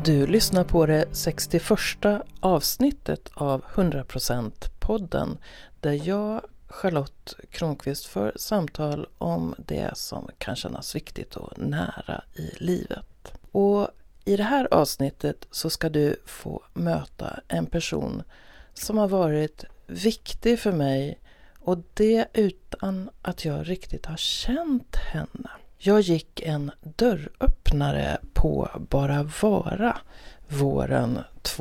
Du lyssnar på det 61:a avsnittet av 100%-podden där jag, Charlotte Kronqvist, för samtal om det som kan kännas viktigt och nära i livet. Och i det här avsnittet så ska du få möta en person som har varit viktig för mig, och det utan att jag riktigt har känt henne. Jag gick en dörröppnare på Bara Vara våren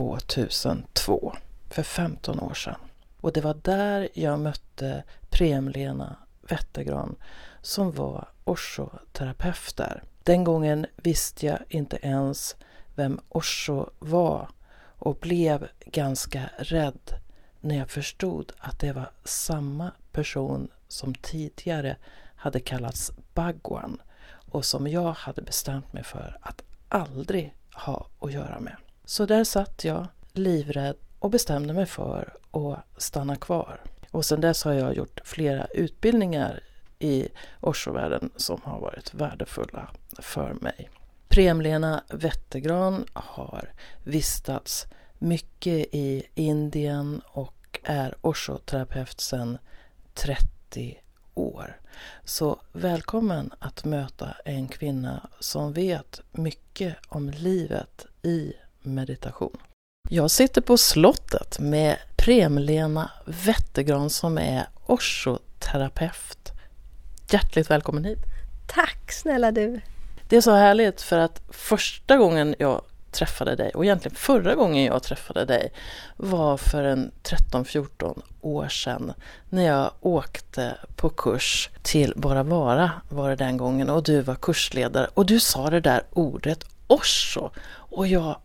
2002, för 15 år sedan. Och det var där jag mötte Prem-Lena Wettergran som var Osho-terapeut där. Den gången visste jag inte ens vem Osho var och blev ganska rädd när jag förstod att det var samma person som tidigare hade kallats Bhagwan och som jag hade bestämt mig för att aldrig ha att göra med. Så där satt jag livrädd och bestämde mig för att stanna kvar. Och sedan dess har jag gjort flera utbildningar i Osho-världen som har varit värdefulla för mig. Prem-Lena Wettergran har vistats mycket i Indien och är Osho-terapeut sedan 30 år. Så välkommen att möta en kvinna som vet mycket om livet i meditation. Jag sitter på slottet med Prem-Lena Wettergran som är Osho-terapeut. Hjärtligt välkommen hit. Tack snälla du. Det är så härligt för att första gången jag träffade dig, och egentligen förra gången jag träffade dig, var för en 13-14 år sedan när jag åkte på kurs till Bara Vara var det den gången, och du var kursledare och du sa det där ordet Osho och jag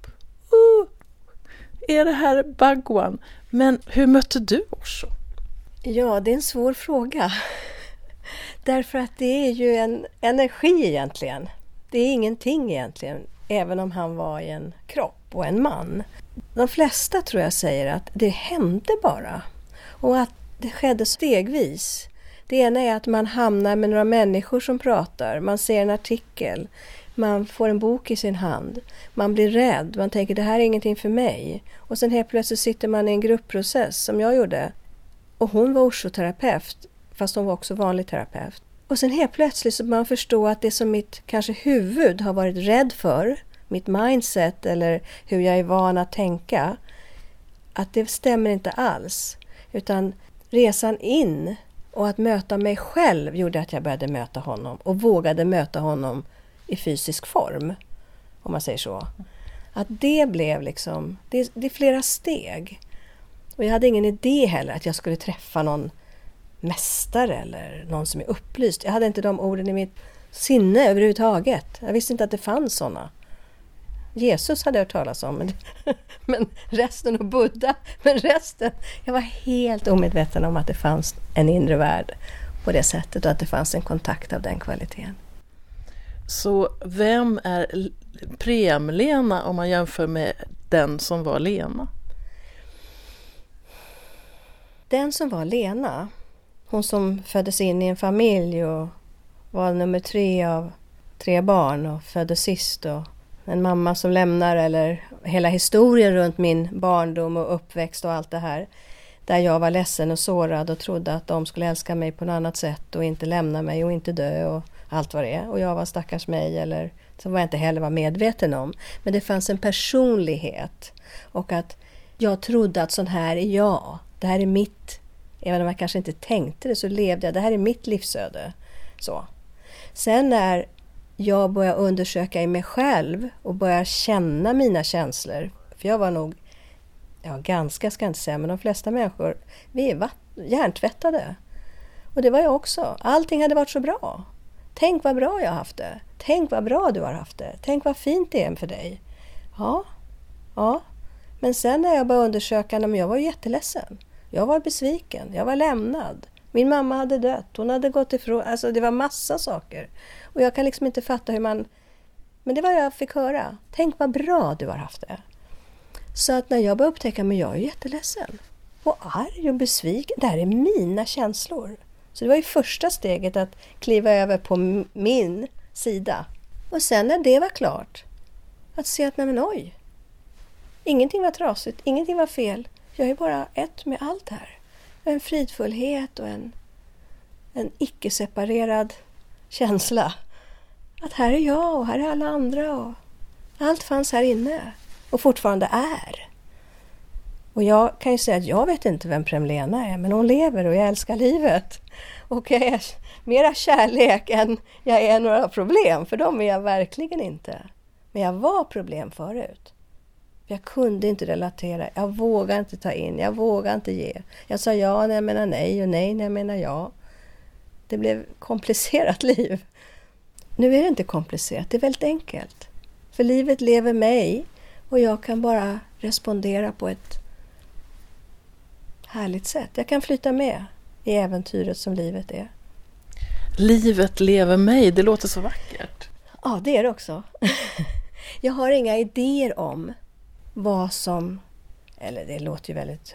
är det här Bhagwan? Men hur mötte du Osho? Ja, det är en svår fråga. Därför att det är ju en energi egentligen. Det är ingenting egentligen, även om han var i en kropp och en man. De flesta tror jag säger att det hände bara. Och att det skedde stegvis. Det ena är att man hamnar med några människor som pratar. Man ser en artikel. Man får en bok i sin hand. Man blir rädd. Man tänker det här är ingenting för mig. Och sen helt plötsligt sitter man i en gruppprocess som jag gjorde. Och hon var Osho-terapeut. Fast hon var också vanlig terapeut. Och sen helt plötsligt så man förstår att det som mitt kanske huvud har varit rädd för, mitt mindset eller hur jag är van att tänka, att det stämmer inte alls. Utan resan in och att möta mig själv gjorde att jag började möta honom och vågade möta honom i fysisk form, om man säger så. Att det blev liksom, det är flera steg. Och jag hade ingen idé heller att jag skulle träffa någon mästare eller någon som är upplyst. Jag hade inte de orden i mitt sinne överhuvudtaget. Jag visste inte att det fanns sådana. Jesus hade jag hört talas om, men resten och Buddha, men resten, jag var helt omedveten om att det fanns en inre värld på det sättet och att det fanns en kontakt av den kvaliteten. Så vem är Prem-Lena om man jämför med den som var Lena? Den som var Lena, hon som föddes in i en familj och var nummer 3 av 3 barn och föddes sist, och en mamma som lämnar, eller hela historien runt min barndom och uppväxt och allt det här. Där jag var ledsen och sårad och trodde att de skulle älska mig på något annat sätt och inte lämna mig och inte dö och allt vad det är. Och jag var stackars mig, eller som jag inte heller var medveten om. Men det fanns en personlighet och att jag trodde att sån här är jag. Det här är mitt. Även om jag kanske inte tänkte det så levde jag. Det här är mitt livsöde. Så. Sen när jag började undersöka i mig själv och började känna mina känslor. För jag var nog, ganska ska jag inte säga, men de flesta människor, vi är hjärntvättade. Och det var jag också. Allting hade varit så bra. Tänk vad bra jag har haft det. Tänk vad bra du har haft det. Tänk vad fint det är för dig. Ja. Men sen när jag började undersöka, jag var jätteledsen. Jag var besviken. Jag var lämnad. Min mamma hade dött. Hon hade gått ifrån. Alltså det var massa saker. Och jag kan liksom inte fatta hur man... Men det var jag fick höra. Tänk vad bra du har haft det. Så att när jag började upptäcka, men jag är jätteledsen. Och arg och besviken. Det här är mina känslor. Så det var ju första steget att kliva över på min sida. Och sen när det var klart. Att se att, nej men oj. Ingenting var trasigt, ingenting var fel. Jag är bara ett med allt här. En fridfullhet och en icke-separerad känsla. Att här är jag och här är alla andra och allt fanns här inne och fortfarande är. Och jag kan ju säga att jag vet inte vem Prem-Lena är, men hon lever och jag älskar livet. Och jag är mera kärlek än jag är några problem, för de är jag verkligen inte. Men jag var problem förut. Jag kunde inte relatera, jag vågade inte ta in, jag vågade inte ge. Jag sa ja när jag menar nej och nej när jag menar ja. Det blev komplicerat liv. Nu är det inte komplicerat, det är väldigt enkelt. För livet lever mig och jag kan bara respondera på ett härligt sätt. Jag kan flytta med i äventyret som livet är. Livet lever mig, det låter så vackert. Ja, det är det också. Jag har inga idéer om vad som... Eller det låter ju väldigt...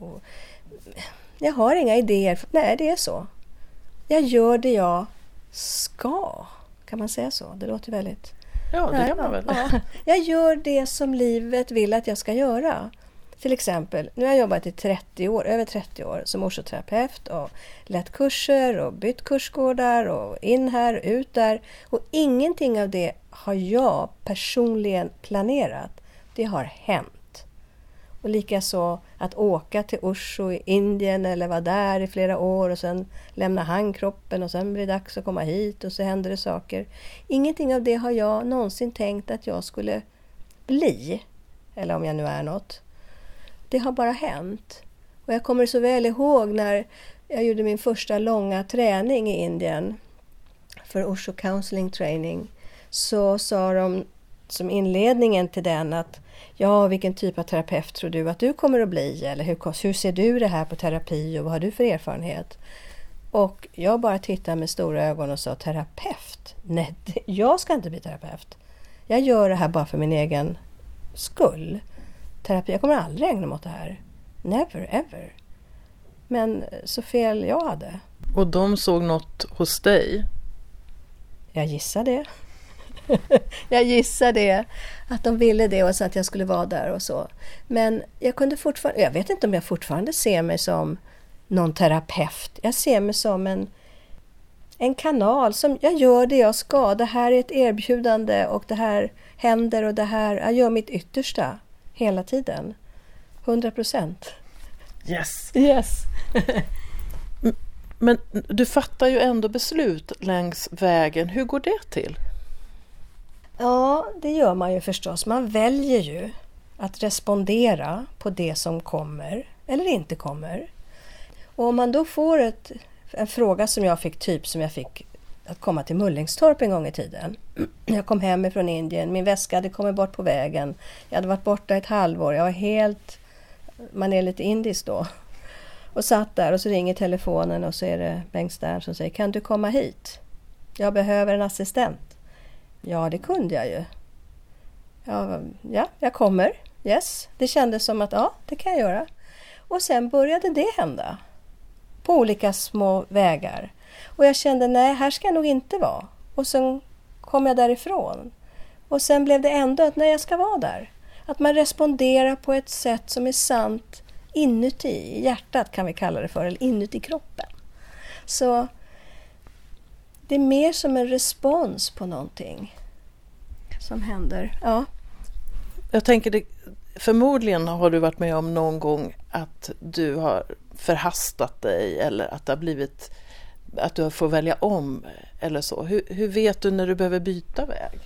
Jag har inga idéer. Nej, det är så. Jag gör det jag ska. Kan man säga så? Det låter väldigt... Ja, det kan man väl. Ja. Jag gör det som livet vill att jag ska göra. Till exempel, nu har jag jobbat i över 30 år som orsoterapeut och lett kurser och bytt kursgårdar och in här, ut där. Och ingenting av det har jag personligen planerat. Det har hänt. Och likaså att åka till Osho i Indien eller vara där i flera år och sen lämna handkroppen och sen blir det dags att komma hit och så händer det saker. Ingenting av det har jag någonsin tänkt att jag skulle bli. Eller om jag nu är något. Det har bara hänt. Och jag kommer så väl ihåg när jag gjorde min första långa träning i Indien för Osho Counseling Training. Så sa de som inledningen till den att ja, vilken typ av terapeut tror du att du kommer att bli? Eller hur ser du det här på terapi och vad har du för erfarenhet? Och jag bara tittade med stora ögon och sa terapeut? Nej, jag ska inte bli terapeut. Jag gör det här bara för min egen skull. Terapi, jag kommer aldrig ägna mig åt det här. Never, ever. Men så fel jag hade. Och de såg något hos dig? Jag gissar det. Jag gissar det. Att de ville det och så att jag skulle vara där och så. Men jag kunde fortfarande... Jag vet inte om jag fortfarande ser mig som någon terapeut. Jag ser mig som en kanal som jag gör det jag ska. Det här är ett erbjudande och det här händer och det här... Jag gör mitt yttersta. Hela tiden. 100%. Yes. Men du fattar ju ändå beslut längs vägen. Hur går det till? Ja, det gör man ju förstås. Man väljer ju att respondera på det som kommer eller inte kommer. Och om man då får en fråga som jag fick att komma till Mullingstorp en gång i tiden. Jag kom hem från Indien, min väska hade kommit bort på vägen. Jag hade varit borta ett halvår, jag var man är lite indisk då. Och satt där och så ringer telefonen och så är det Bengt Stern som säger, kan du komma hit? Jag behöver en assistent. Ja, det kunde jag ju. Ja, jag kommer. Yes, det kändes som att ja, det kan jag göra. Och sen började det hända. På olika små vägar. Och jag kände, nej, här ska jag nog inte vara. Och sen kom jag därifrån. Och sen blev det ändå att nej, jag ska vara där. Att man responderar på ett sätt som är sant inuti hjärtat kan vi kalla det för. Eller inuti kroppen. Så det är mer som en respons på någonting som händer. Ja. Jag tänker, förmodligen har du varit med om någon gång att du har förhastat dig eller att det har blivit att du får välja om eller så. Hur vet du när du behöver byta väg?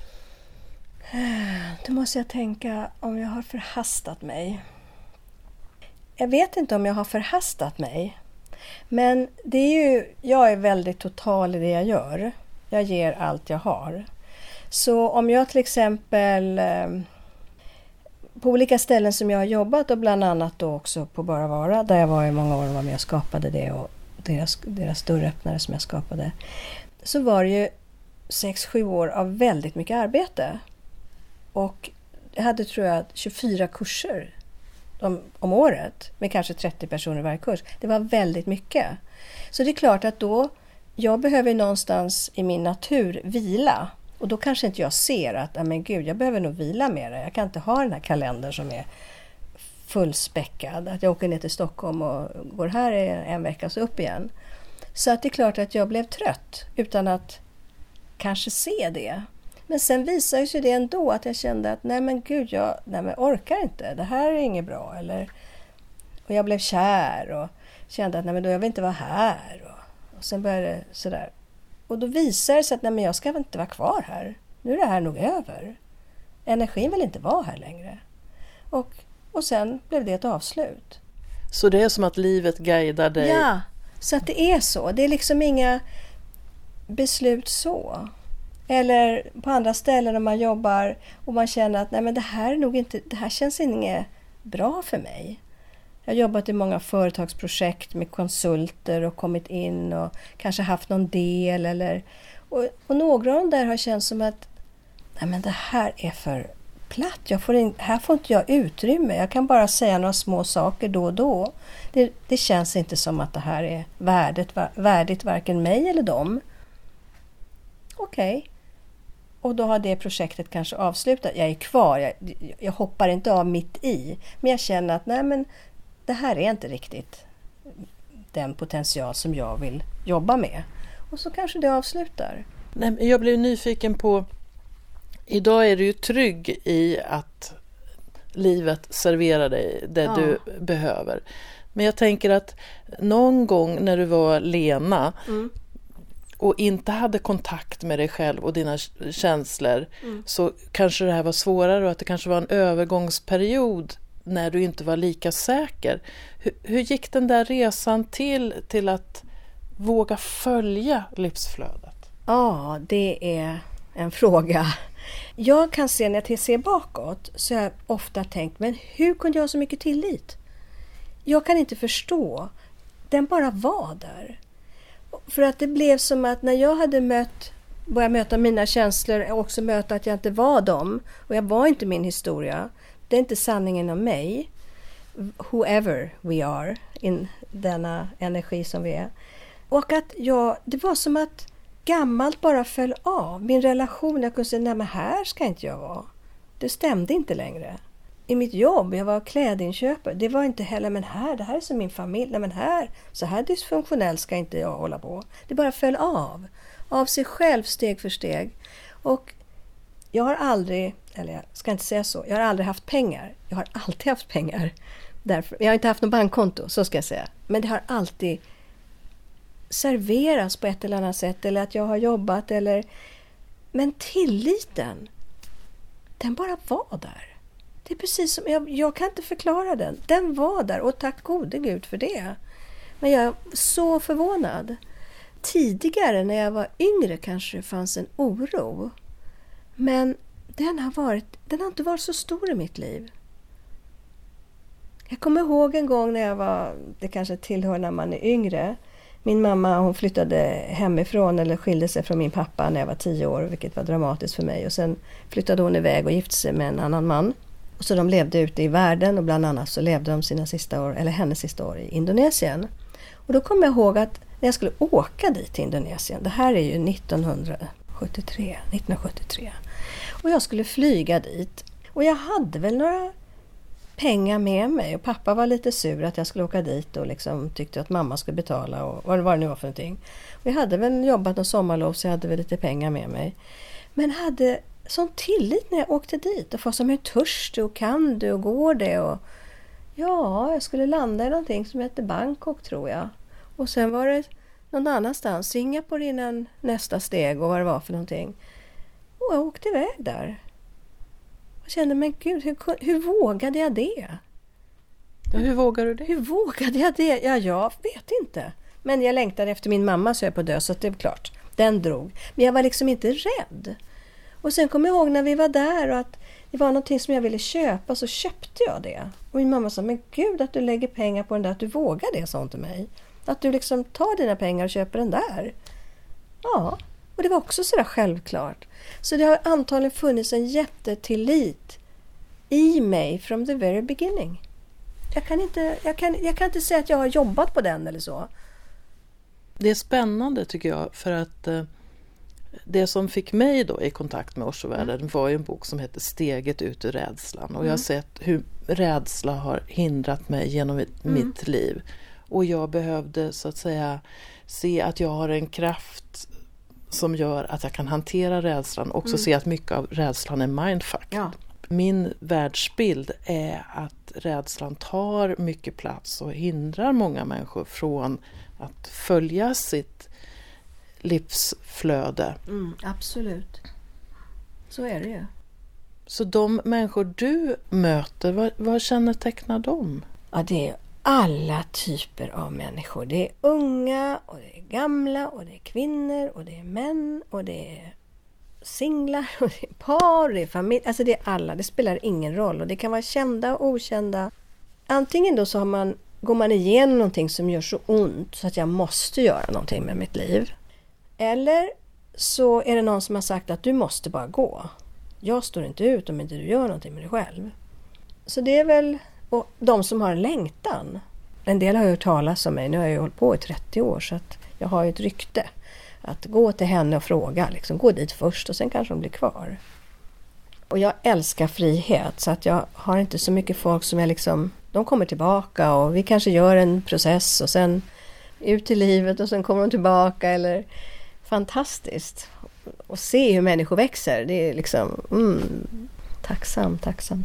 Då måste jag tänka om jag har förhastat mig. Jag vet inte om jag har förhastat mig. Men det är ju, jag är väldigt total i det jag gör. Jag ger allt jag har. Så om jag till exempel på olika ställen som jag har jobbat och bland annat då också på Bara Vara där jag var i många år och var med och skapade det och deras dörröppnare som jag skapade, så var det ju 6-7 år av väldigt mycket arbete. Och jag hade, tror jag, 24 kurser om året med kanske 30 personer i varje kurs. Det var väldigt mycket. Så det är klart att då, jag behöver någonstans i min natur vila. Och då kanske inte jag ser att, men gud, jag behöver nog vila mer. Jag kan inte ha den här kalendern som är fullspäckad. Att jag åker ner till Stockholm och går här en vecka så upp igen. Så att det är klart att jag blev trött utan att kanske se det. Men sen visade sig det ändå att jag kände att nej men gud, jag orkar inte. Det här är inget bra. Och jag blev kär och kände att nej men då jag vill inte vara här. Och sen började det sådär. Och då visade det sig att nej men jag ska väl inte vara kvar här. Nu är det här nog över. Energin vill inte vara här längre. Och sen blev det ett avslut. Så det är som att livet guidar dig? Ja, så att det är så. Det är liksom inga beslut så. Eller på andra ställen när man jobbar och man känner att nej men det här känns inte bra för mig. Jag har jobbat i många företagsprojekt med konsulter och kommit in och kanske haft någon del och några av dem där har känts som att nej men det här är för platt. Här får inte jag utrymme. Jag kan bara säga några små saker då och då. Det känns inte som att det här är värdigt varken mig eller dem. Okej. Och då har det projektet kanske avslutat. Jag är kvar. Jag hoppar inte av mitt i. Men jag känner att nej men det här är inte riktigt den potential som jag vill jobba med. Och så kanske det avslutar. Nej, men jag blev nyfiken på, idag är du ju trygg i att livet serverar dig det du behöver. Men jag tänker att någon gång när du var Lena och inte hade kontakt med dig själv och dina känslor så kanske det här var svårare och att det kanske var en övergångsperiod när du inte var lika säker. Hur gick den där resan till att våga följa livsflödet? Ja, det är en fråga. Jag kan se när jag ser bakåt så har jag ofta tänkt, men hur kunde jag ha så mycket tillit? Jag kan inte förstå. Den bara var där. För att det blev som att när jag hade börjat möta mina känslor och också möta att jag inte var dem och jag var inte min historia. Det är inte sanningen om mig. Whoever we are in denna energi som vi är. Och att det var som att gammalt bara föll av. Min relation, jag kunde säga, nej men här ska inte jag vara. Det stämde inte längre. I mitt jobb, jag var klädinköpare. Det var inte heller, men det här är som min familj. Nej men så här dysfunktionell ska inte jag hålla på. Det bara föll av sig själv steg för steg. Och jag har aldrig, eller jag ska inte säga så, jag har aldrig haft pengar. Jag har alltid haft pengar. Därför, jag har inte haft något bankkonto, så ska jag säga. Men det har alltid serveras på ett eller annat sätt. Eller att jag har jobbat. Men tilliten, den bara var där. Det är precis som, jag kan inte förklara den. Den var där och tack gode Gud för det. Men jag är så förvånad. Tidigare när jag var yngre kanske det fanns en oro. Men den har inte varit så stor i mitt liv. Jag kommer ihåg en gång när jag var, det kanske tillhör när man är yngre. Min mamma, hon flyttade hemifrån eller skilde sig från min pappa när jag var 10 år, vilket var dramatiskt för mig. Och sen flyttade hon iväg och gifte sig med en annan man. Och så de levde ute i världen och bland annat så levde de hennes sista år i Indonesien. Och då kommer jag ihåg att när jag skulle åka dit till Indonesien, det här är ju 1973. Och jag skulle flyga dit. Och jag hade väl några pengar med mig. Och pappa var lite sur att jag skulle åka dit och liksom tyckte att mamma skulle betala och vad det nu var för någonting. Och jag hade väl jobbat någon sommarlov så jag hade väl lite pengar med mig. Men hade sån tillit när jag åkte dit. Och var som hur törs du och kan du och går det. Och ja, jag skulle landa i någonting som heter Bangkok tror jag. Och sen var det någon annanstans. Singapore innan nästa steg och vad det var för någonting. Och jag åkte iväg där. Och kände, men gud, hur vågade jag det? Ja, hur vågade du det? Hur vågade jag det? Ja, jag vet inte. Men jag längtade efter min mamma så jag är på dö, så det är klart. Den drog. Men jag var liksom inte rädd. Och sen kom jag ihåg när vi var där och att det var någonting som jag ville köpa, så köpte jag det. Och min mamma sa, men gud att du lägger pengar på den där, att du vågar det, sa hon till mig. Att du liksom tar dina pengar och köper den där. Ja, och det var också sådär självklart. Så det har antagligen funnits en jättetillit i mig from the very beginning. Jag kan inte säga att jag har jobbat på den eller så. Det är spännande tycker jag, för att Det som fick mig då i kontakt med Oshovärlden var ju en bok som heter Steget ut ur rädslan. Och jag har sett hur rädsla har hindrat mig genom mitt liv. Och jag behövde så att säga se att jag har en kraft som gör att jag kan hantera rädslan. Också se att mycket av rädslan är mindfuck. Ja. Min världsbild är att rädslan tar mycket plats och hindrar många människor från att följa sitt livsflöde. Absolut. Så är det ju. Så de människor du möter, vad kännetecknar dem? Ja, det är alla typer av människor. Det är unga och det är gamla och det är kvinnor och det är män och det är singlar och det är par, det är familj. Alltså det är alla, det spelar ingen roll. Och det kan vara kända och okända. Antingen då så går man igenom någonting som gör så ont så att jag måste göra någonting med mitt liv. Eller så är det någon som har sagt att du måste bara gå. Jag står inte ut om inte du gör någonting med dig själv. Så det är väl och de som har en längtan. En del har ju hört talas om mig. Nu har jag ju hållit på i 30 år så att jag har ju ett rykte. Att gå till henne och fråga. Liksom, gå dit först och sen kanske de blir kvar. Och jag älskar frihet så att jag har inte så mycket folk som jag liksom... De kommer tillbaka och vi kanske gör en process och sen ut i livet och sen kommer de tillbaka. Eller fantastiskt. Och se hur människor växer. Det är liksom... tacksam.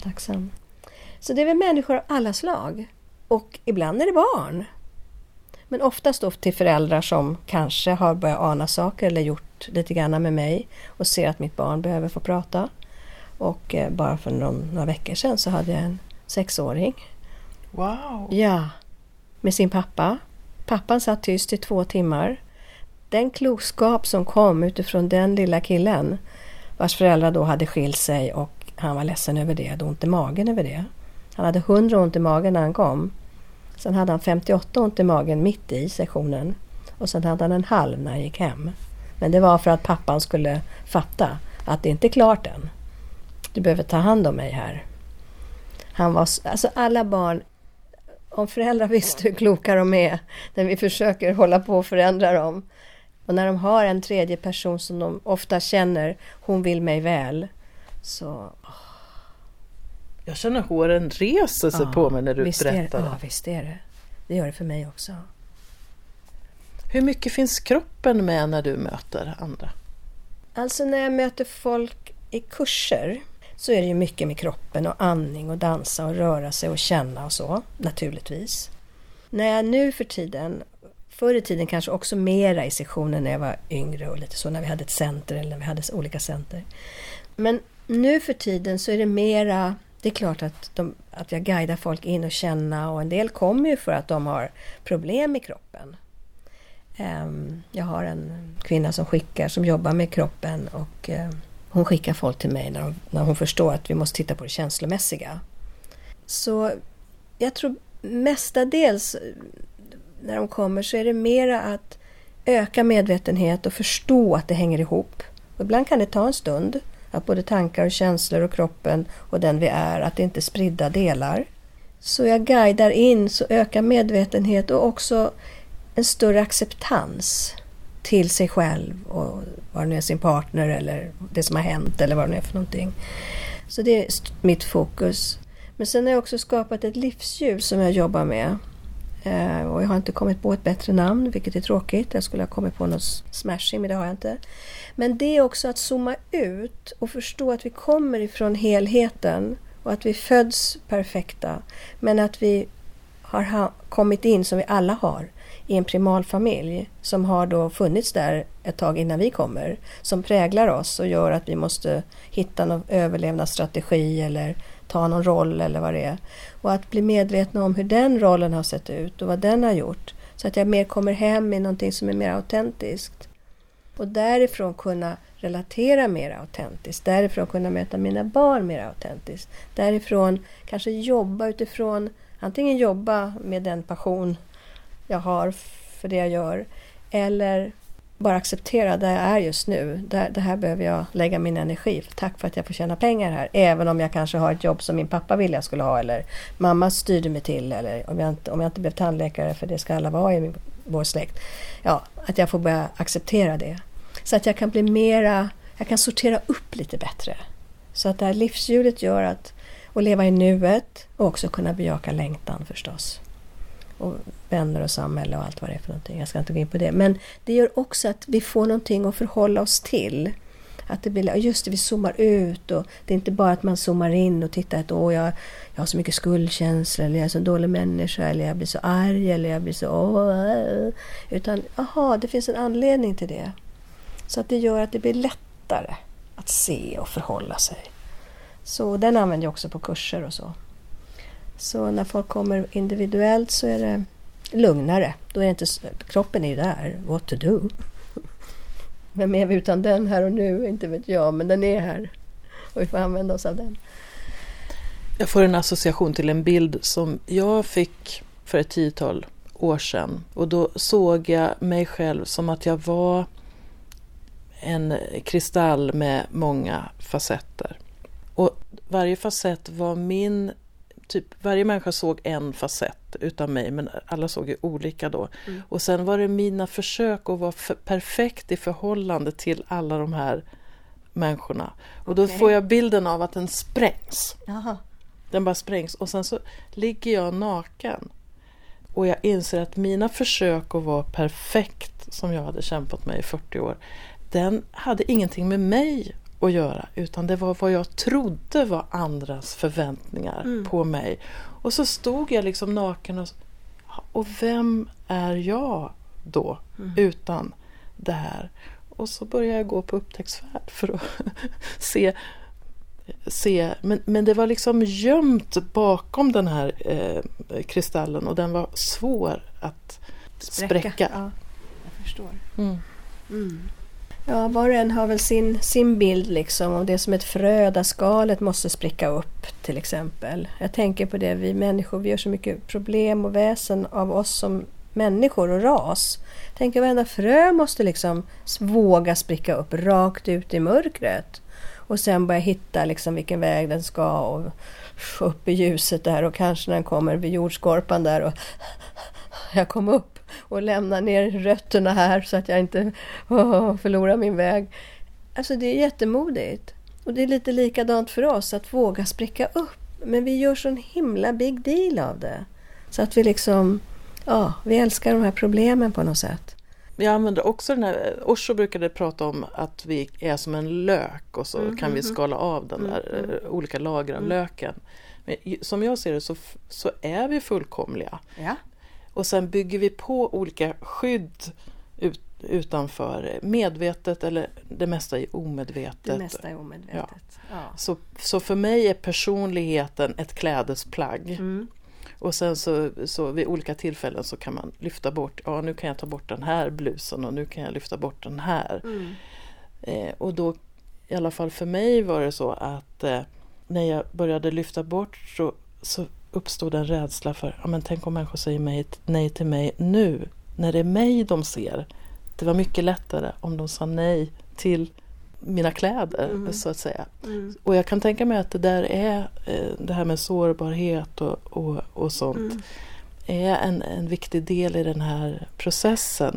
Så det är väl människor av alla slag. Och ibland är det barn. Men oftast då till föräldrar som kanske har börjat ana saker eller gjort lite grann med mig och ser att mitt barn behöver få prata. Och bara för några veckor sedan så hade jag en 6-åring. Wow! Ja, med sin pappa. Pappan satt tyst i 2 timmar. Den klokskap som kom utifrån den lilla killen vars föräldrar då hade skilt sig och han var ledsen över det, hade ont i magen över det. Han hade 100 ont i magen när han kom. Sen hade han 58 ont i magen mitt i sessionen. Och sen hade han en halv när han gick hem. Men det var för att pappan skulle fatta att det inte är klart än. Du behöver ta hand om mig här. Han var, alltså alla barn, om föräldrar visste hur kloka de är när vi försöker hålla på och förändra dem. Och när de har en tredje person som de ofta känner, hon vill mig väl. Så... Jag känner håren reser sig på mig när du berättar. Ja, visst är det. Det gör det för mig också. Hur mycket finns kroppen med när du möter andra? Alltså när jag möter folk i kurser så är det ju mycket med kroppen och andning och dansa och röra sig och känna och så, naturligtvis. När jag nu för tiden, förr i tiden kanske också mera i sessionen när jag var yngre och lite så, när vi hade ett center eller när vi hade olika center. Men nu för tiden så är det mera... Det är klart att jag guidar folk in och känna och en del kommer ju för att de har problem i kroppen. Jag har en kvinna som jobbar med kroppen och hon skickar folk till mig när hon förstår att vi måste titta på det känslomässiga. Så jag tror mestadels när de kommer så är det mera att öka medvetenhet och förstå att det hänger ihop. Och ibland kan det ta en stund. Att både tankar och känslor och kroppen och den vi är, att det inte är spridda delar. Så jag guidar in, så ökar medvetenhet och också en större acceptans till sig själv och vad det nu är, sin partner eller det som har hänt eller vad det nu är för någonting. Så det är mitt fokus. Men sen har jag också skapat ett livsljus som jag jobbar med. Och jag har inte kommit på ett bättre namn, vilket är tråkigt. Jag skulle ha kommit på något smashing, men det har jag inte. Men det är också att zooma ut och förstå att vi kommer ifrån helheten och att vi föds perfekta. Men att vi har kommit in, som vi alla har, i en primalfamilj som har då funnits där ett tag innan vi kommer. Som präglar oss och gör att vi måste hitta någon överlevnadsstrategi eller ta någon roll eller vad det är. Och att bli medvetna om hur den rollen har sett ut och vad den har gjort. Så att jag mer kommer hem i någonting som är mer autentiskt. Och därifrån kunna relatera mer autentiskt. Därifrån kunna möta mina barn mer autentiskt. Därifrån kanske jobba utifrån, antingen jobba med den passion jag har för det jag gör. Eller bara acceptera där jag är just nu. Det här behöver jag lägga min energi. Tack för att jag får tjäna pengar här. Även om jag kanske har ett jobb som min pappa ville jag skulle ha. Eller mamma styrde mig till. Eller om jag inte blev tandläkare, för det ska alla vara i vår släkt. Ja, att jag får börja acceptera det. Så att jag kan jag kan sortera upp lite bättre. Så att det här livshjulet gör att leva i nuet och också kunna bejaka längtan förstås. Och vänner och samhälle och allt vad det är för någonting. Jag ska inte gå in på det. Men det gör också att vi får någonting att förhålla oss till. Att det blir, just det, vi zoomar ut och det är inte bara att man zoomar in och tittar att jag har så mycket skuldkänslor eller jag är så dålig människa eller jag blir så arg eller jag blir så utan det finns en anledning till det. Så att det gör att det blir lättare att se och förhålla sig. Så den använder jag också på kurser och så. Så när folk kommer individuellt så är det lugnare. Då är det inte, kroppen är ju där, what to do. Vem är vi utan den här och nu? Inte vet jag, men den är här. Och vi får använda oss av den. Jag får en association till en bild som jag fick för ett 10-tal år sedan. Och då såg jag mig själv som att jag var en kristall med många facetter. Och varje facett var varje människa såg en facett utav mig, men alla såg ju olika då. Och sen var det mina försök att vara perfekt i förhållande till alla de här människorna. Och då får jag bilden av att den sprängs. Jaha. Den bara sprängs. Och sen så ligger jag naken. Och jag inser att mina försök att vara perfekt, som jag hade kämpat med i 40 år, den hade ingenting med mig att göra, utan det var vad jag trodde var andras förväntningar på mig. Och så stod jag liksom naken och vem är jag då utan det här? Och så började jag gå på upptäcktsfärd för att se men det var liksom gömt bakom den här kristallen och den var svår att spräcka. Ja, jag förstår. Ja, var och en har väl sin bild liksom om det är som ett frö där skalet måste spricka upp till exempel. Jag tänker på det, vi människor, vi gör så mycket problem och väsen av oss som människor och ras. Tänk att varenda frö måste liksom våga spricka upp rakt ut i mörkret och sen börja hitta liksom vilken väg den ska och upp i ljuset där och kanske när den kommer vid jordskorpan där och jag kom upp och lämna ner rötterna här så att jag inte förlorar min väg. Alltså det är jättemodigt. Och det är lite likadant för oss att våga spricka upp. Men vi gör sån himla big deal av det. Så att vi liksom, vi älskar de här problemen på något sätt. Jag använder också den här, Osho brukade prata om att vi är som en lök och så kan vi skala av den där olika lager av löken. Men som jag ser det så är vi fullkomliga. Ja. Och sen bygger vi på olika skydd utanför medvetet eller det mesta är omedvetet. Det mesta är omedvetet. Ja. Så för mig är personligheten ett klädesplagg. Och sen så vid olika tillfällen så kan man lyfta bort, nu kan jag ta bort den här blusen och nu kan jag lyfta bort den här. Och då i alla fall för mig var det så att när jag började lyfta bort så uppstod en rädsla för, men tänk om människor säger nej till mig nu, när det är mig de ser. Det var mycket lättare om de sa nej till mina kläder, så att säga. Och jag kan tänka mig att det där är, det här med sårbarhet och sånt, är en viktig del i den här processen.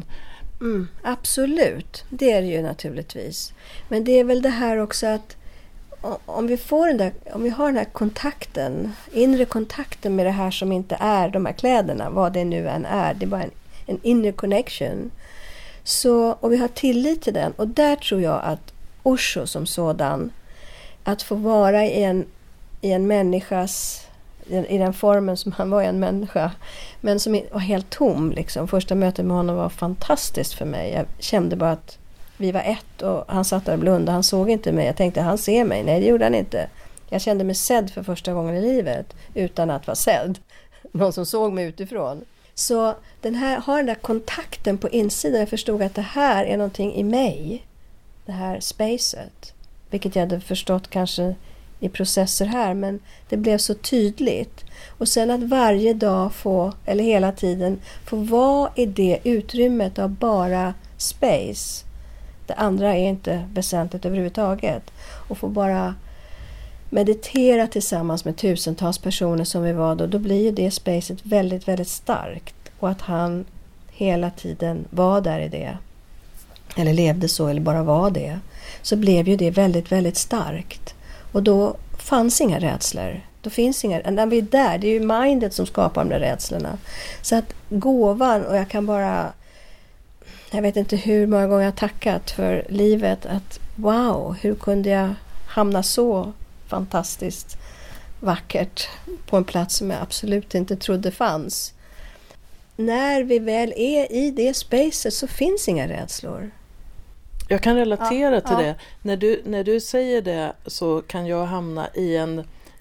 Absolut, det är det ju naturligtvis. Men det är väl det här också att om vi har den här kontakten, inre kontakten med det här som inte är de här kläderna, vad det nu än är, det är bara en inner connection. Så, och vi har tillit till den, och där tror jag att Osho som sådan, att få vara i en människas, i den formen som han var i en människa, men som var helt tom liksom. Första mötet med honom var fantastiskt för mig. Jag kände bara att vi var ett och han satt där och blundade. Han såg inte mig. Jag tänkte, han ser mig. Nej, det gjorde han inte. Jag kände mig sedd för första gången i livet utan att vara sedd. Någon som såg mig utifrån. Så har den där kontakten på insidan. Jag förstod att det här är någonting i mig. Det här spacet. Vilket jag hade förstått kanske i processer här. Men det blev så tydligt. Och sen att varje dag eller hela tiden få vara i det utrymmet av bara space. Det andra är inte väsentligt överhuvudtaget. Och få bara meditera tillsammans med tusentals personer som vi var då blir ju det spacet väldigt, väldigt starkt. Och att han hela tiden var där i det. eller levde så eller bara var det, så blev ju det väldigt, väldigt starkt. Och då fanns inga rädslor. Då finns inga, när vi är där, det är ju mindet som skapar de där rädslorna. Så att gåvan, och jag vet inte hur många gånger jag har tackat för livet, att wow, hur kunde jag hamna så fantastiskt vackert på en plats som jag absolut inte trodde fanns. När vi väl är i det spacet så finns inga rädslor. Jag kan relatera till det. När du säger det så kan jag hamna i en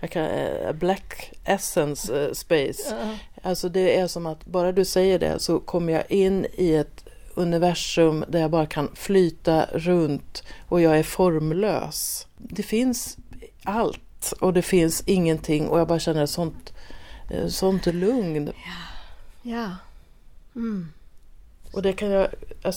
black essence space. Alltså det är som att bara du säger det så kommer jag in i ett universum där jag bara kan flyta runt och jag är formlös. Det finns allt och det finns ingenting och jag bara känner sånt lugn. Ja. Mm. Och det kan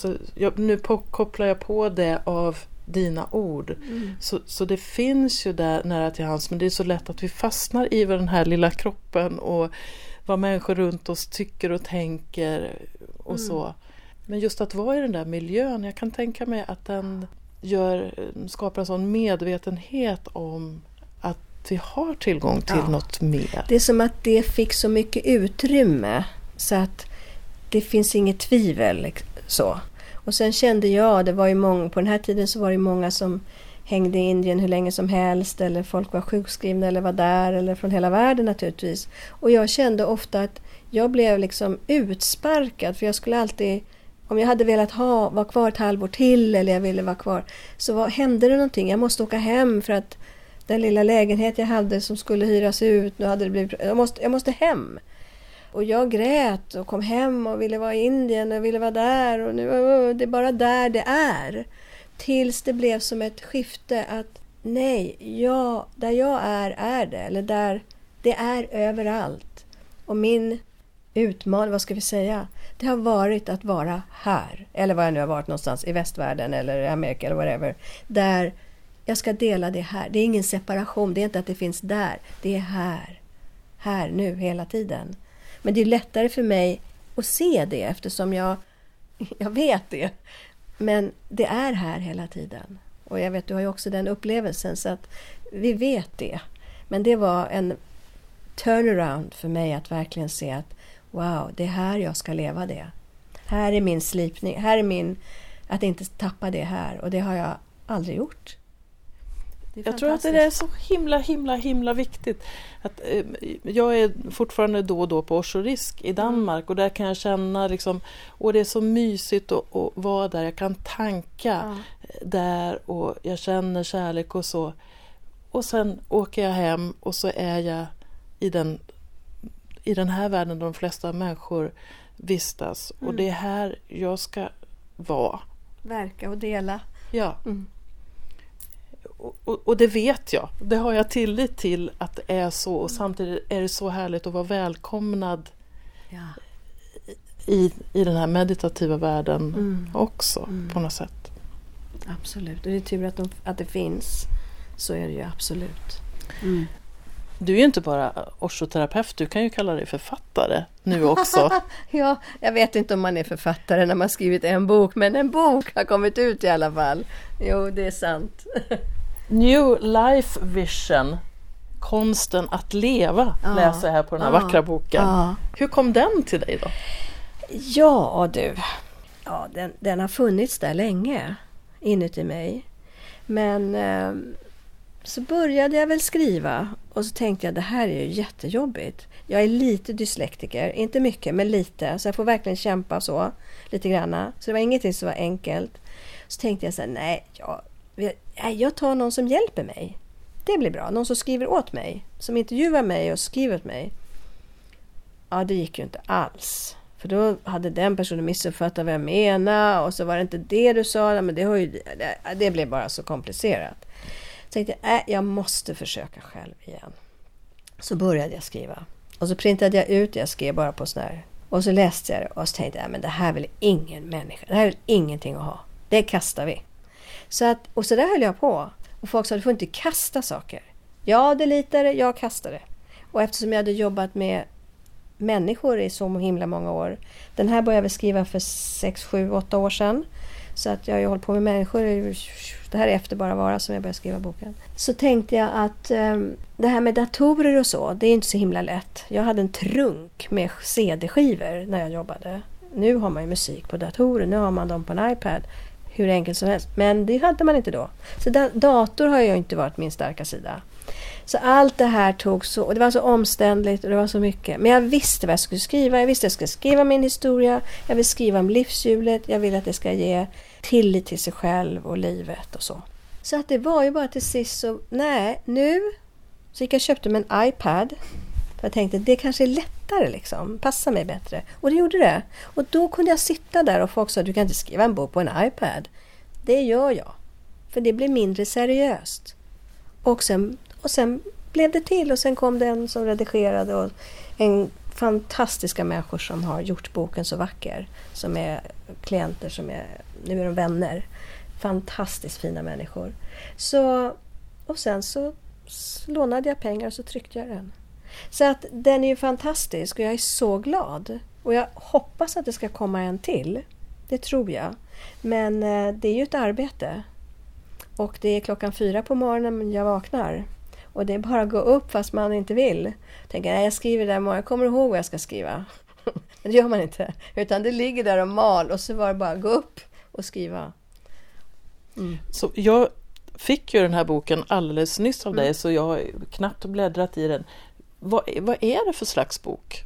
nu kopplar jag på det av dina ord. Så det finns ju där nära till hands, men det är så lätt att vi fastnar i den här lilla kroppen och vad människor runt oss tycker och tänker och så. Men just att vara i den där miljön, jag kan tänka mig att den skapar en sån medvetenhet om att vi har tillgång till något mer. Det är som att det fick så mycket utrymme så att det finns inget tvivel så. Och sen kände jag, det var ju många, på den här tiden så var det många som hängde i Indien hur länge som helst, eller folk var sjukskrivna eller var där, eller från hela världen naturligtvis. Och jag kände ofta att jag blev liksom utsparkad, för jag skulle alltid, om jag hade velat vara kvar ett halvår till eller jag ville vara kvar, så hände det någonting. Jag måste åka hem för att den lilla lägenhet jag hade som skulle hyras ut, nu hade det blivit, jag måste hem. Och jag grät och kom hem och ville vara i Indien och ville vara där, och nu det är bara där det är. Tills det blev som ett skifte att nej, där jag är det, eller där det är överallt. Och min utmaning, vad ska vi säga, det har varit att vara här, eller var jag nu har varit någonstans i västvärlden eller i Amerika eller whatever, där jag ska dela det här. Det är ingen separation, det är inte att det finns där, det är här nu hela tiden. Men det är lättare för mig att se det eftersom jag vet det. Men det är här hela tiden. Och jag vet, du har ju också den upplevelsen, så att vi vet det. Men det var en turnaround för mig att verkligen se att wow, det är här jag ska leva det. Här är min slipning, här är min, att inte tappa det här. Och det har jag aldrig gjort. Jag tror att det är så himla viktigt. Att, jag är fortfarande då och då på Oshorisk i Danmark och där kan jag känna liksom, och det är så mysigt att vara där. Jag kan tanka där och jag känner kärlek och så. Och sen åker jag hem och så är jag i den här världen där de flesta människor vistas. Och det är här jag ska vara. Verka och dela. Ja. Och det vet jag. Det har jag tillit till att det är så. Och samtidigt är det så härligt att vara välkomnad i den här meditativa världen också på något sätt. Absolut. Och det är tur att det finns. Så är det ju absolut. Du är ju inte bara oshoterapeut, du kan ju kalla dig författare nu också. Ja, jag vet inte om man är författare när man skrivit en bok, men en bok har kommit ut i alla fall. Jo, det är sant. New Life Vision, konsten att leva, läser jag här på den här vackra boken. Hur kom den till dig då? Ja, du. Ja, den har funnits där länge inuti mig. Men så började jag väl skriva och så tänkte jag, det här är ju jättejobbigt. Jag är lite dyslektiker, inte mycket men lite, så jag får verkligen kämpa så lite granna. Så det var ingenting som var enkelt. Så tänkte jag så här, nej, jag tar någon som hjälper mig. Det blir bra, någon som skriver åt mig, som intervjuar mig och skriver åt mig. Ja, det gick ju inte alls. För då hade den personen missuppfattat vad jag menar och så var det inte det du sa, men det blev bara så komplicerat. Så tänkte jag måste försöka själv igen. Så började jag skriva. Och så printade jag ut det jag skrev bara på sån här. Och så läste jag det och så tänkte jag, men det här är väl ingen människa. Det här är ingenting att ha. Det kastar vi. Och så där höll jag på. Och folk sa, du får inte kasta saker. Jag deletade, jag kastade. Och eftersom jag hade jobbat med människor i så himla många år. Den här började jag skriva för 6, 7, 8 år sedan. Så att jag har ju hållit på med människor. Det här är efter bara vara som jag började skriva boken. Så tänkte jag att det här med datorer och så, det är inte så himla lätt. Jag hade en trunk med CD-skivor när jag jobbade. Nu har man ju musik på datorer, nu har man dem på en iPad. Hur enkelt som helst. Men det hade man inte då. Så dator har ju inte varit min starka sida. Så allt det här tog så, och det var så omständligt och det var så mycket. Men jag visste vad jag skulle skriva. Jag visste att jag skulle skriva min historia. Jag vill skriva om livshjulet. Jag vill att det ska ge tillit till sig själv och livet och så. Så att det var ju bara till sist så, så gick jag och köpte mig en iPad. För jag tänkte, det kanske är lättare liksom, passar mig bättre. Och det gjorde det. Och då kunde jag sitta där och folk sa, du kan inte skriva en bok på en iPad. Det gör jag. För det blir mindre seriöst. Och sen blev det till och sen kom den som redigerade och en fantastiska människor som har gjort boken så vacker. Som är klienter, nu är de vänner. Fantastiskt fina människor. Och sen så lånade jag pengar och så tryckte jag den. Så att den är ju fantastisk och jag är så glad. Och jag hoppas att det ska komma en till. Det tror jag. Men det är ju ett arbete. Och det är 4:00 på morgonen jag vaknar. Och det är bara att gå upp fast man inte vill. Tänker, jag skriver där imorgon. Jag kommer ihåg vad jag ska skriva. Men det gör man inte. Utan det ligger där och mal. Och så var det bara att gå upp och skriva. Så jag fick ju den här boken alldeles nyss av dig. Så jag har knappt bläddrat i den. Vad är det för slags bok?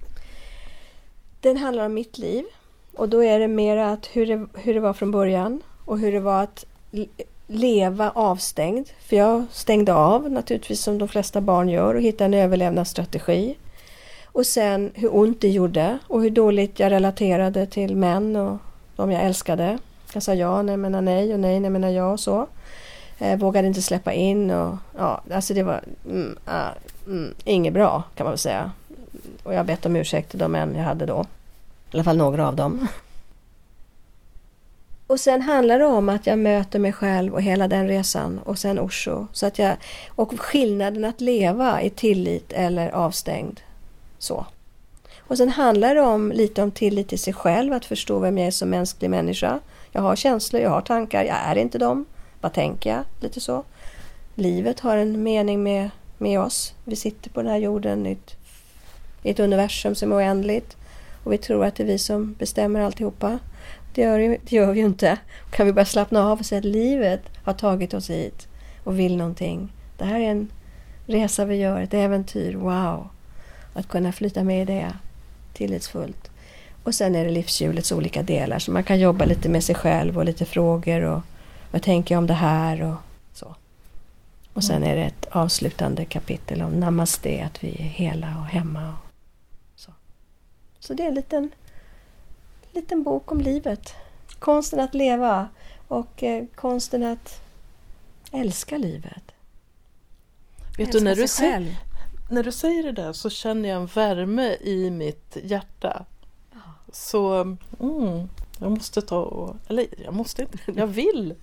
Den handlar om mitt liv. Och då är det mer att hur det var från början. Och hur det var att leva avstängd. För jag stängde av naturligtvis som de flesta barn gör. Och hittade en överlevnadsstrategi. Och sen hur ont det gjorde. Och hur dåligt jag relaterade till män och de jag älskade. Jag sa ja, nej menar nej och nej menar ja och så. Vågade inte släppa in och alltså det var inget bra kan man väl säga. Och jag har bett om ursäkt till de män jag hade då. I alla fall några av dem. Och sen handlar det om att jag möter mig själv och hela den resan och sen Osho. Och skillnaden att leva i tillit eller avstängd. Så. Och sen handlar det lite om tillit till sig själv, att förstå vem jag är som mänsklig människa. Jag har känslor, jag har tankar, jag är inte dem. Vad tänker jag? Lite så. Livet har en mening med oss. Vi sitter på den här jorden i ett universum som är oändligt. Och vi tror att det är vi som bestämmer alltihopa. Det gör vi ju inte. Kan vi bara slappna av och säga att livet har tagit oss hit och vill någonting. Det här är en resa vi gör, ett äventyr. Wow! Att kunna flyta med i det tillitsfullt. Och sen är det livshjulets olika delar. Så man kan jobba lite med sig själv och lite frågor och vad tänker jag om det här och så. Och sen är det ett avslutande kapitel om namaste, att vi är hela och hemma och så. Så det är en liten bok om livet. Konsten att leva och konsten att älska livet. Vet du, när du säger det där så känner jag en värme i mitt hjärta. Så jag måste jag vill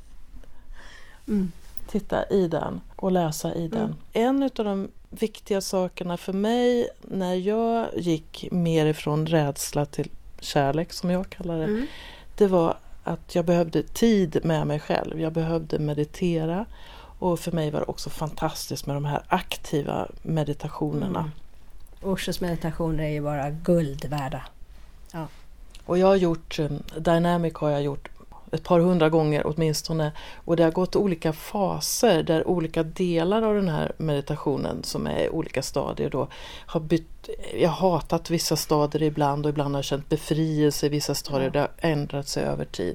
titta i den och läsa i den. En av de viktiga sakerna för mig när jag gick mer ifrån rädsla till kärlek, som jag kallar det, det var att jag behövde tid med mig själv. Jag behövde meditera. Och för mig var det också fantastiskt med de här aktiva meditationerna. Oshos meditationer är ju bara guld värda. Ja. Och jag har gjort, Dynamic har jag gjort ett par 100 gånger åtminstone. Och det har gått olika faser där olika delar av den här meditationen som är i olika stadier då har bytt. Jag har hatat vissa stadier ibland och ibland har jag känt befrielse i vissa stadier. Det har ändrat sig över tid.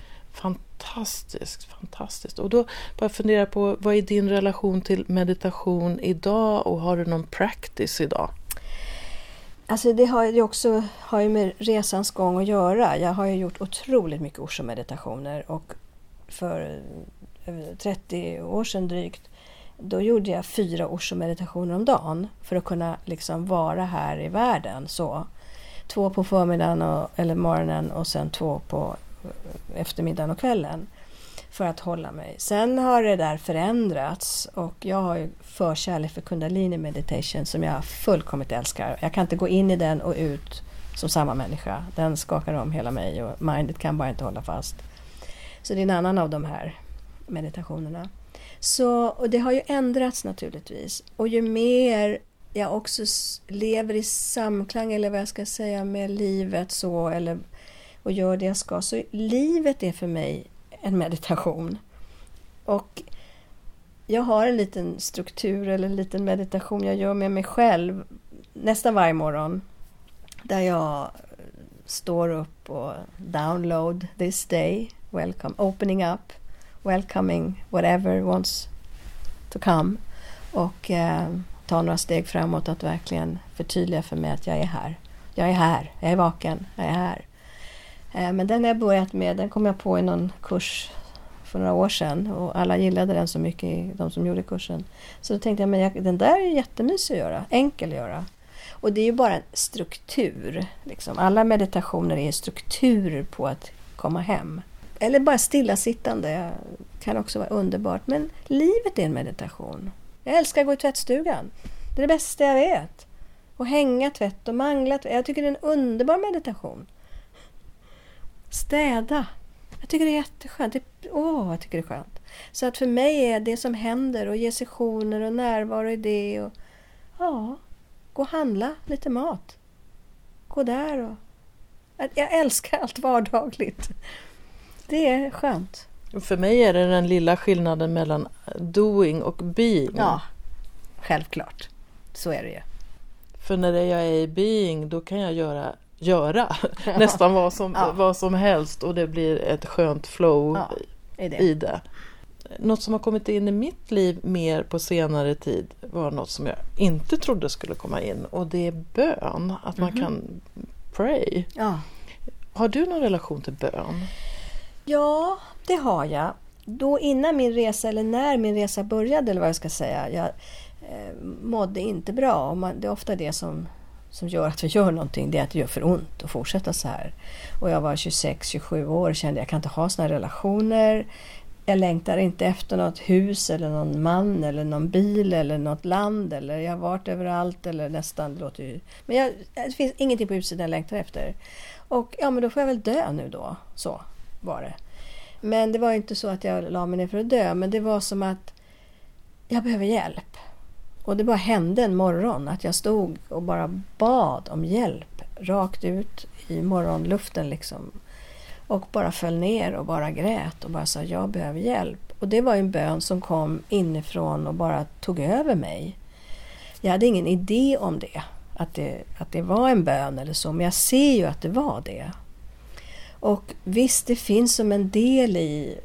Fantastiskt. Och då bara fundera på, vad är din relation till meditation idag och har du någon practice idag? Alltså det har ju med resans gång att göra. Jag har ju gjort otroligt mycket Osho-meditationer och för 30 år sedan drygt då gjorde jag 4 Osho-meditationer om dagen för att kunna liksom vara här i världen. Så 2 på förmiddagen eller morgonen och sen 2 på eftermiddagen och kvällen för att hålla mig. Sen har det där förändrats och jag har ju förkärlek för Kundalini meditation som jag fullkomligt älskar. Jag kan inte gå in i den och ut som samma människa. Den skakar om hela mig och mindet kan bara inte hålla fast. Så det är en annan av de här meditationerna. Och det har ju ändrats naturligtvis. Och ju mer jag också lever i samklang, eller vad jag ska säga, med livet så, och gör det jag ska. Så livet är för mig en meditation. Och jag har en liten struktur eller en liten meditation jag gör med mig själv nästan varje morgon. Där jag står upp och download this day, welcome, opening up, welcoming whatever wants to come. Och ta några steg framåt att verkligen förtydliga för mig att jag är här. Jag är här, jag är vaken, jag är här. Men den har jag börjat med, den kom jag på i någon kurs för några år sedan. Och alla gillade den så mycket, de som gjorde kursen. Så då tänkte jag, men den där är jättemysig att göra, enkel att göra. Och det är ju bara en struktur. Liksom. Alla meditationer är strukturer på att komma hem. Eller bara stillasittande kan också vara underbart. Men livet är en meditation. Jag älskar att gå i tvättstugan. Det är det bästa jag vet. Och hänga tvätt och mangla tvätt. Jag tycker det är en underbar meditation. Städa. Jag tycker det är jätteskönt. Jag tycker det är skönt. Så att för mig är det som händer och ge sessioner och närvaro i det. Och, gå och handla lite mat. Gå där och... Jag älskar allt vardagligt. Det är skönt. För mig är det den lilla skillnaden mellan doing och being. Ja, självklart. Så är det ju. För när jag är i being, då kan jag göra nästan vad som helst. Och det blir ett skönt flow i det. Något som har kommit in i mitt liv mer på senare tid var något som jag inte trodde skulle komma in. Och det är bön. Att man kan pray. Ja. Har du någon relation till bön? Ja, det har jag. Då innan min resa, eller när min resa började, eller vad jag ska säga, jag mådde inte bra. Det är ofta det som gör att vi gör någonting, det är att det gör för ont att fortsätta så här. Och jag var 26-27 år och kände att jag kan inte ha såna relationer. Jag längtar inte efter något hus eller någon man eller någon bil eller något land, eller jag har varit överallt eller nästan, det låter ju... Men det finns ingenting på huset jag längtar efter. Och men då får jag väl dö nu då. Så var det. Men det var inte så att jag la mig ner för att dö, men det var som att jag behöver hjälp. Och det bara hände en morgon att jag stod och bara bad om hjälp rakt ut i morgonluften liksom. Och bara föll ner och bara grät och bara sa jag behöver hjälp. Och det var en bön som kom inifrån och bara tog över mig. Jag hade ingen idé om det. Att det var en bön eller så. Men jag ser ju att det var det. Och visst, det finns som en del i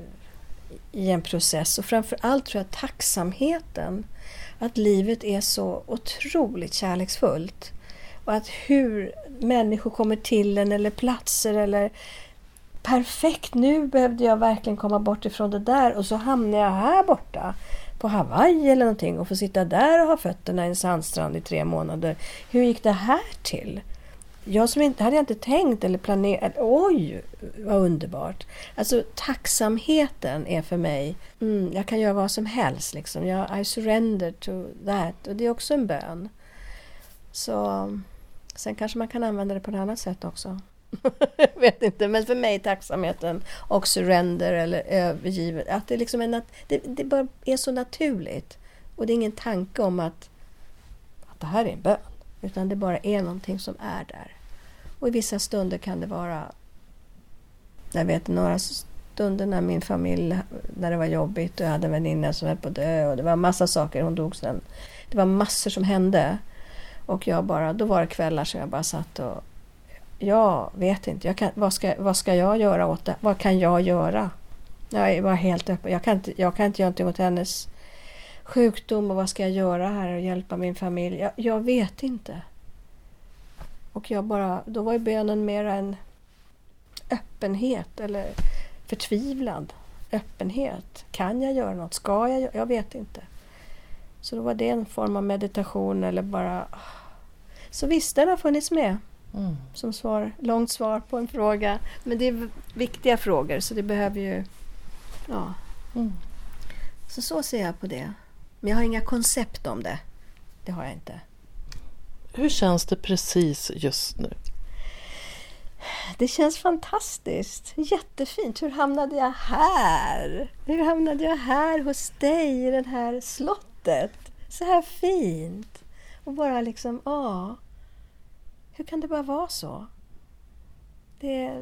en process. Och framförallt tror jag tacksamheten. Att livet är så otroligt kärleksfullt. Och att hur människor kommer till en eller platser eller... Perfekt, nu behövde jag verkligen komma bort ifrån det där och så hamnade jag här borta på Hawaii eller någonting och får sitta där och ha fötterna i en sandstrand i 3 månader. Hur gick det här till? Hade jag inte tänkt eller planerat. Oj, vad underbart. Alltså tacksamheten är för mig, jag kan göra vad som helst liksom. I surrender to that. Och det är också en bön. Så sen kanske man kan använda det på ett annat sätt också. Jag vet inte, men för mig är tacksamheten och surrender eller övergivet, att det liksom det bara är så naturligt och det är ingen tanke om att det här är en bön, utan det bara är någonting som är där. Och i vissa stunder kan det vara, jag vet några stunder när min familj, när det var jobbigt och jag hade en väninna som höll på att dö och det var massa saker, hon dog sen, det var massor som hände och då var det kvällar som jag bara satt och jag vet inte. Vad ska jag göra åt det? Vad kan jag göra? Jag var helt öppen. Jag kan inte göra någonting åt hennes sjukdom. Och vad ska jag göra här och hjälpa min familj? Jag vet inte. Och då var ju bönen mera en öppenhet eller förtvivlad öppenhet. Kan jag göra något? Ska jag? Jag vet inte. Så då var det en form av meditation eller bara... Så visst, den har funnits med. Som långt svar på en fråga. Men det är viktiga frågor så det behöver ju så ser jag på det. Men jag har inga koncept om det. Det har jag inte. Hur känns det precis just nu? Det känns fantastiskt. Jättefint. Hur hamnade jag här? Hur hamnade jag här hos dig i det här slottet? Så här fint. Och bara liksom, hur kan det bara vara så? Det är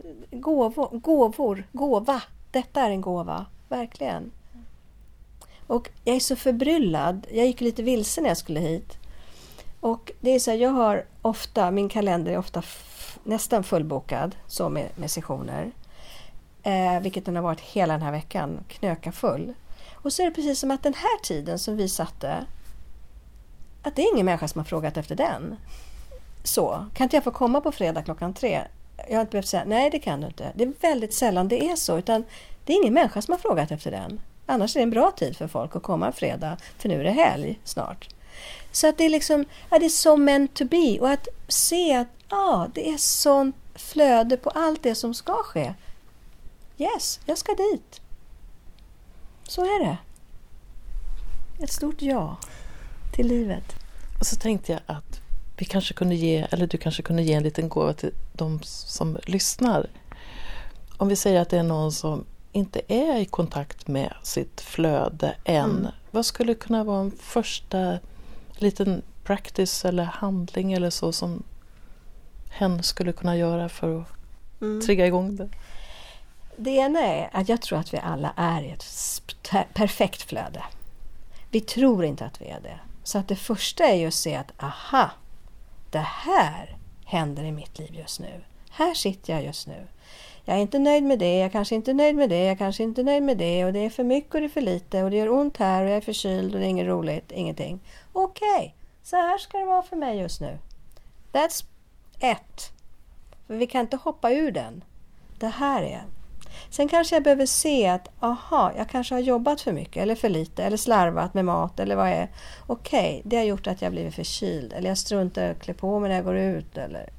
gåva. Detta är en gåva, verkligen. Och jag är så förbryllad. Jag gick lite vilse när jag skulle hit. Och det är så här, jag har ofta, min kalender är ofta nästan fullbokad så med sessioner. Vilket den har varit hela den här veckan, knöka full. Och så är det precis som att den här tiden som vi satte, att det är ingen människa som har frågat efter den. Så, kan inte jag få komma på fredag 3:00? Jag har inte behövt säga, nej det kan du inte. Det är väldigt sällan det är så, utan det är ingen människa som har frågat efter den. Annars är det en bra tid för folk att komma fredag, för nu är det helg snart. Så att det är liksom, det är så meant to be. Och att se att det är sånt flöde på allt det som ska ske. Yes, jag ska dit. Så är det. Ett stort ja till livet. Och så tänkte jag att vi kanske kunde ge, eller du kanske kunde ge en liten gåva till de som lyssnar. Om vi säger att det är någon som inte är i kontakt med sitt flöde än. Vad skulle kunna vara en första liten practice eller handling eller så som hen skulle kunna göra för att trigga igång det? Det ena är att jag tror att vi alla är i ett perfekt flöde. Vi tror inte att vi är det. Så att det första är ju att se att det här händer i mitt liv just nu. Här sitter jag just nu. Jag är inte nöjd med det, jag kanske inte är nöjd med det, jag kanske inte är nöjd med det, och det är för mycket och det är för lite och det gör ont här och jag är förkyld och det är inget roligt, ingenting. Okej, så här ska det vara för mig just nu. That's it. För vi kan inte hoppa ur den. Det här är. Sen kanske jag behöver se att jag kanske har jobbat för mycket eller för lite eller slarvat med mat eller vad är. Okej, det har gjort att jag blivit förkyld eller jag struntar och klär på mig när jag går ut eller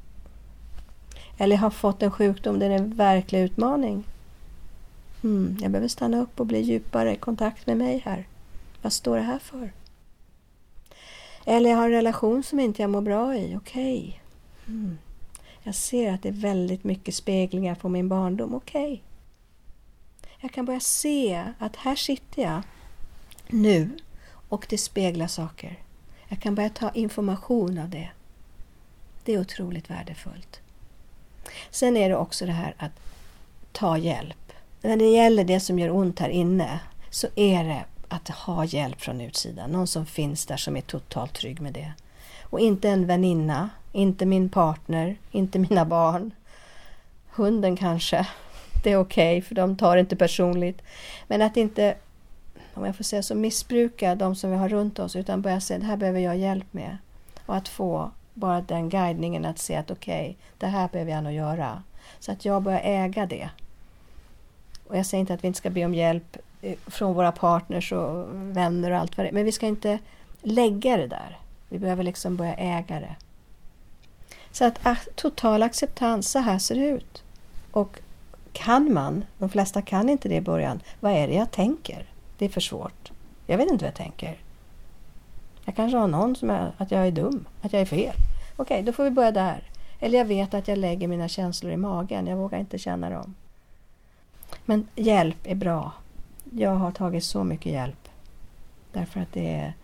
har fått en sjukdom. Det är en verklig utmaning. Jag behöver stanna upp och bli djupare i kontakt med mig här. Vad står det här för? Eller jag har en relation som inte jag mår bra i. Okej. Jag ser att det är väldigt mycket speglingar på min barndom. Okej. Jag kan börja se att här sitter jag nu och det speglar saker. Jag kan börja ta information av det. Det är otroligt värdefullt. Sen är det också det här att ta hjälp. När det gäller det som gör ont här inne så är det att ha hjälp från utsidan. Någon som finns där som är totalt trygg med det. Och inte en väninna, inte min partner, inte mina barn. Hunden kanske. Det är okej, för de tar inte personligt. Men att inte, om jag får säga så, missbruka de som vi har runt oss, utan börja säga, det här behöver jag hjälp med. Och att få bara den guidningen att se att okej, det här behöver jag nog göra. Så att jag börjar äga det. Och jag säger inte att vi inte ska be om hjälp från våra partners och vänner och allt vad det är. Men vi ska inte lägga det där. Vi behöver liksom börja äga det. Så att total acceptans, så här ser det ut. Och kan man, de flesta kan inte det i början, vad är det jag tänker? Det är för svårt. Jag vet inte vad jag tänker. Jag kanske har någon som är att jag är dum, att jag är fel. Okej, då får vi börja där. Eller jag vet att jag lägger mina känslor i magen, jag vågar inte känna dem. Men hjälp är bra. Jag har tagit så mycket hjälp. Därför att det är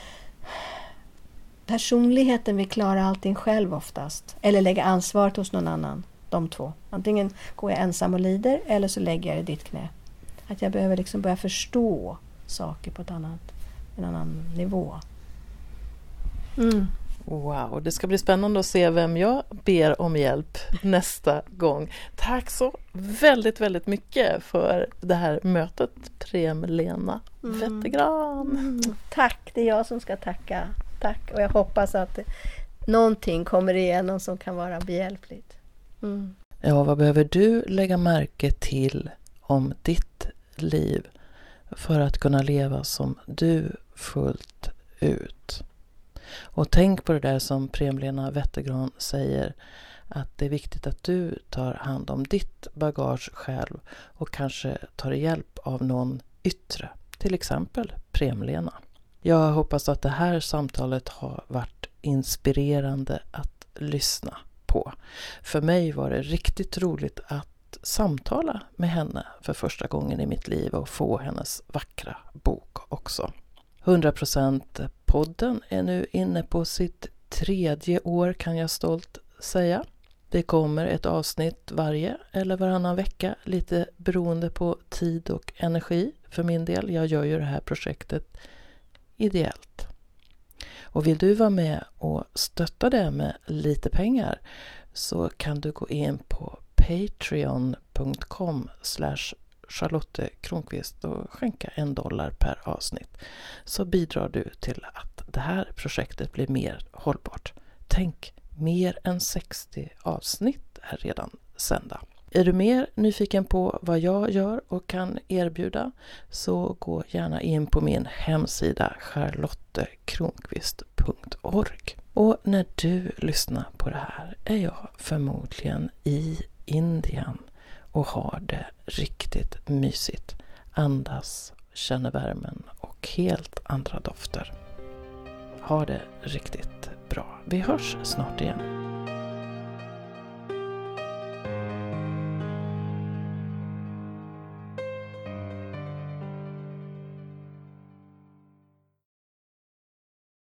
personligheten vill klara allting själv oftast. Eller lägga ansvaret hos någon annan. De två. Antingen går jag ensam och lider eller så lägger jag det i ditt knä. Att jag behöver liksom börja förstå saker på en annan nivå. Wow, det ska bli spännande att se vem jag ber om hjälp nästa gång. Tack så väldigt, väldigt mycket för det här mötet, Prem-Lena Wettergran. Tack, det är jag som ska tacka. Tack, och jag hoppas att någonting kommer igenom som kan vara behjälpligt. Ja, vad behöver du lägga märke till om ditt liv för att kunna leva som du fullt ut? Och tänk på det där som Prem-Lena Wettergran säger, att det är viktigt att du tar hand om ditt bagage själv och kanske tar hjälp av någon yttre, till exempel Prem-Lena. Jag hoppas att det här samtalet har varit inspirerande att lyssna på. på. För mig var det riktigt roligt att samtala med henne för första gången i mitt liv och få hennes vackra bok också. 100% podden är nu inne på sitt 3:e år, kan jag stolt säga. Det kommer ett avsnitt varje eller varannan vecka, lite beroende på tid och energi för min del. Jag gör ju det här projektet ideellt. Och vill du vara med och stötta det med lite pengar så kan du gå in på patreon.com/Charlotte Kronqvist och skänka $1 per avsnitt. Så bidrar du till att det här projektet blir mer hållbart. Tänk, mer än 60 avsnitt är redan sända. Är du mer nyfiken på vad jag gör och kan erbjuda så gå gärna in på min hemsida charlottekronqvist.org. Och när du lyssnar på det här är jag förmodligen i Indien och har det riktigt mysigt. Andas, känner värmen och helt andra dofter. Ha det riktigt bra. Vi hörs snart igen.